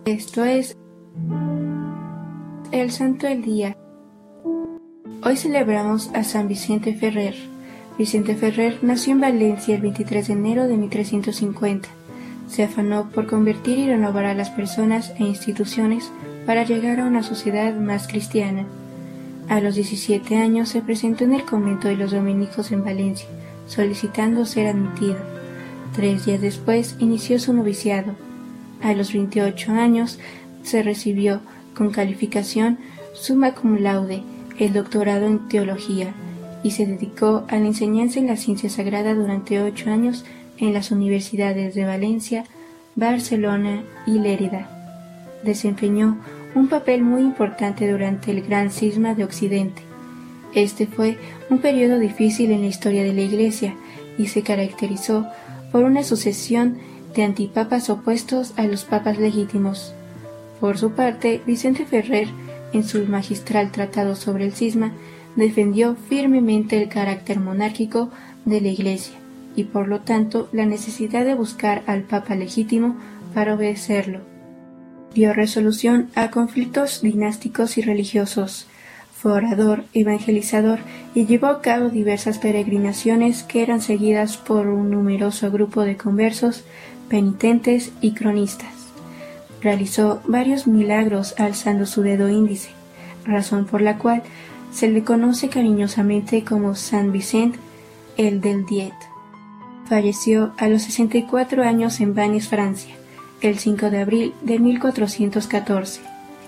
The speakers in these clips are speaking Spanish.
Esto es el Santo del Día. Hoy celebramos a San Vicente Ferrer. Vicente Ferrer nació en Valencia el 23 de enero de 1350. Se afanó por convertir y renovar a las personas e instituciones para llegar a una sociedad más cristiana. A los 17 años se presentó en el convento de los dominicos en Valencia, solicitando ser admitido. 3 días después inició su noviciado. A los 28 años se recibió con calificación summa cum laude el doctorado en teología y se dedicó a la enseñanza en la ciencia sagrada durante 8 años en las universidades de Valencia, Barcelona y Lérida. Desempeñó un papel muy importante durante el Gran Cisma de Occidente. Este fue un periodo difícil en la historia de la Iglesia y se caracterizó por una sucesión de antipapas opuestos a los papas legítimos. Por su parte, Vicente Ferrer, en su magistral tratado sobre el cisma, defendió firmemente el carácter monárquico de la Iglesia y, por lo tanto, la necesidad de buscar al papa legítimo para obedecerlo. Dio resolución a conflictos dinásticos y religiosos. Fue orador, evangelizador y llevó a cabo diversas peregrinaciones que eran seguidas por un numeroso grupo de conversos, penitentes y cronistas. Realizó varios milagros alzando su dedo índice, razón por la cual se le conoce cariñosamente como San Vicente, el del Diet. Falleció a los 64 años en Vannes, Francia, el 5 de abril de 1414.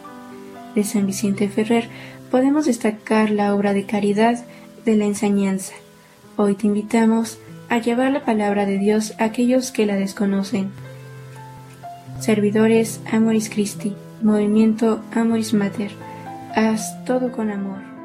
De San Vicente Ferrer podemos destacar la obra de caridad de la enseñanza. Hoy te invitamos a llevar la palabra de Dios a aquellos que la desconocen. Servidores Amoris Christi, Movimiento Amoris Mater, haz todo con amor.